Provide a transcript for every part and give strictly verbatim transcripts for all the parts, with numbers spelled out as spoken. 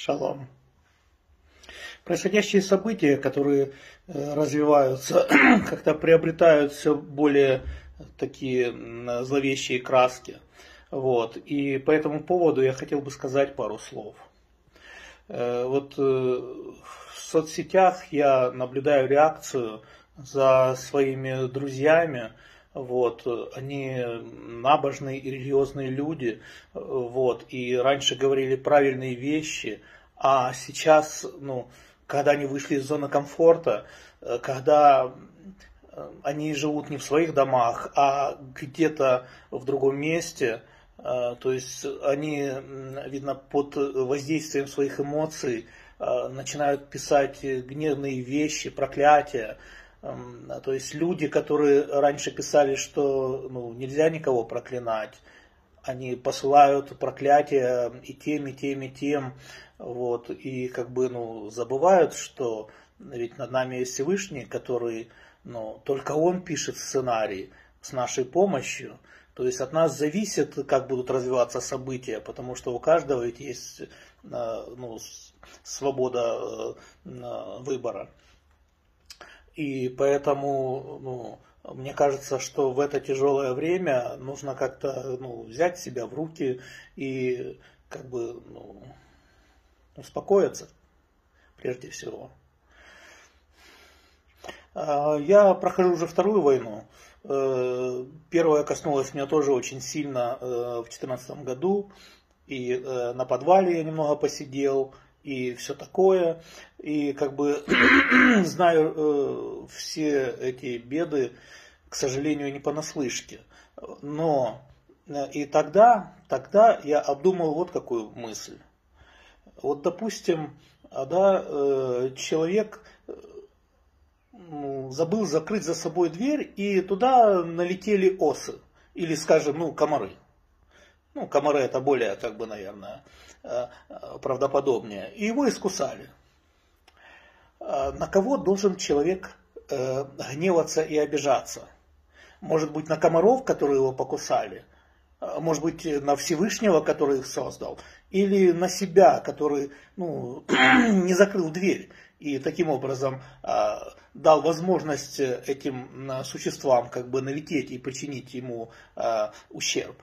Шалом. Происходящие события, которые развиваются, как-то приобретают все более такие зловещие краски. Вот. И по этому поводу я хотел бы сказать пару слов. Вот в соцсетях я наблюдаю реакцию за своими друзьями. Вот, они набожные и религиозные люди, вот, и раньше говорили правильные вещи, а сейчас, ну, когда они вышли из зоны комфорта, когда они живут не в своих домах, а где-то в другом месте, то есть они, видно, под воздействием своих эмоций начинают писать гневные вещи, проклятия. То есть люди, которые раньше писали, что ну, нельзя никого проклинать, они посылают проклятия и тем, и тем, и тем, вот, и как бы ну, забывают, что ведь над нами есть Всевышний, который, ну, только он пишет сценарий с нашей помощью, то есть от нас зависит, как будут развиваться события, потому что у каждого ведь есть ну, свобода выбора. И поэтому, ну, мне кажется, что в это тяжелое время нужно как-то ну, взять себя в руки и как бы ну, успокоиться прежде всего. Я прохожу уже вторую войну. Первая коснулась меня тоже очень сильно в две тысячи четырнадцатом году. И на подвале я немного посидел. И все такое, и как бы знаю э, все эти беды, к сожалению, не понаслышке. Но э, и тогда, тогда я обдумал вот какую мысль. Вот, допустим, да, э, человек э, забыл закрыть за собой дверь, и туда налетели осы, или, скажем, ну, комары. Ну, комары это более, как бы, наверное, правдоподобнее. И его искусали. На кого должен человек гневаться и обижаться? Может быть, на комаров, которые его покусали? Может быть, на Всевышнего, который их создал? Или на себя, который ну, не закрыл дверь и таким образом дал возможность этим существам как бы налететь и причинить ему ущерб?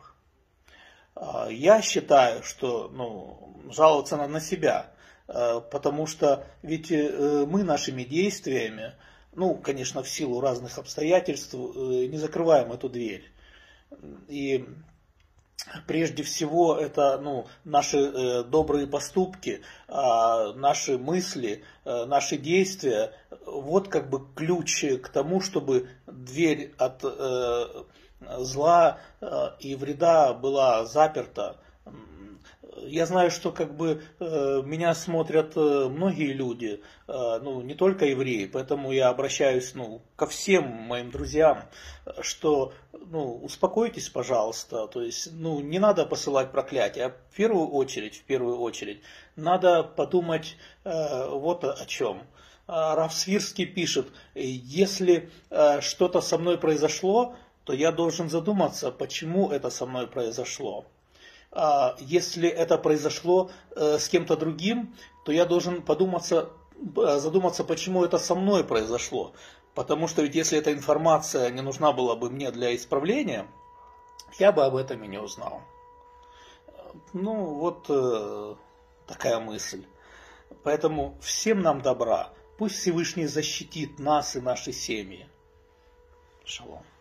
Я считаю, что ну, жаловаться надо на себя, потому что ведь мы нашими действиями, ну, конечно, в силу разных обстоятельств, не закрываем эту дверь. И прежде всего это ну, наши добрые поступки, наши мысли, наши действия, вот как бы ключ к тому, чтобы дверь от зла и вреда была заперта. Я знаю, что как бы меня смотрят многие люди, ну не только евреи, поэтому я обращаюсь ну, ко всем моим друзьям, что ну, успокойтесь, пожалуйста, то есть ну, не надо посылать проклятия, а в первую очередь, в первую очередь надо подумать вот о чем. Рав Свирский пишет, если что-то со мной произошло, то я должен задуматься, почему это со мной произошло. Если это произошло с кем-то другим, то я должен подуматься, задуматься, почему это со мной произошло. Потому что ведь если эта информация не нужна была бы мне для исправления, я бы об этом и не узнал. Ну, вот такая мысль. Поэтому всем нам добра. Пусть Всевышний защитит нас и наши семьи. Шалом.